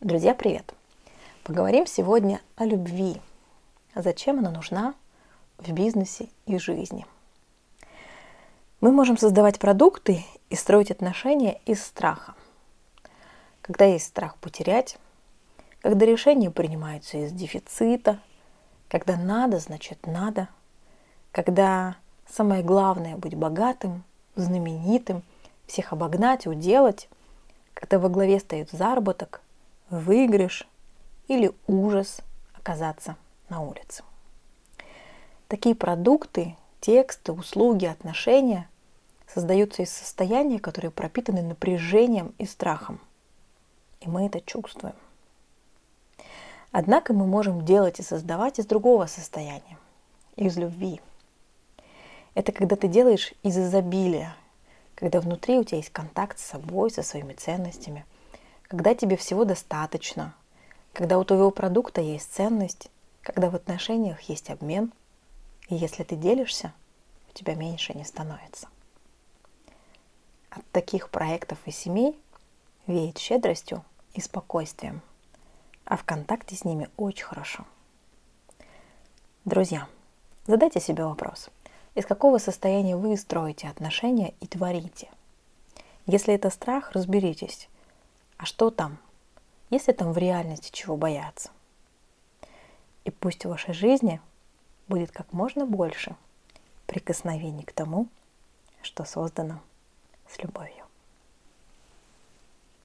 Друзья, привет! Поговорим сегодня о любви. Зачем она нужна в бизнесе и жизни? Мы можем создавать продукты и строить отношения из страха. Когда есть страх потерять, когда решения принимаются из дефицита, когда надо, значит надо, когда самое главное быть богатым, знаменитым, всех обогнать, уделать, когда во главе стоит заработок, выигрыш или ужас оказаться на улице. Такие продукты, тексты, услуги, отношения создаются из состояния, которые пропитаны напряжением и страхом. И мы это чувствуем. Однако мы можем делать и создавать из другого состояния, из любви. Это когда ты делаешь из изобилия, когда внутри у тебя есть контакт с собой, со своими ценностями, когда тебе всего достаточно, когда у твоего продукта есть ценность, когда в отношениях есть обмен, и если ты делишься, у тебя меньше не становится. От таких проектов и семей веет щедростью и спокойствием, а в контакте с ними очень хорошо. Друзья, задайте себе вопрос, из какого состояния вы строите отношения и творите? Если это страх, разберитесь, а что там? Есть ли там в реальности чего бояться? И пусть в вашей жизни будет как можно больше прикосновений к тому, что создано с любовью.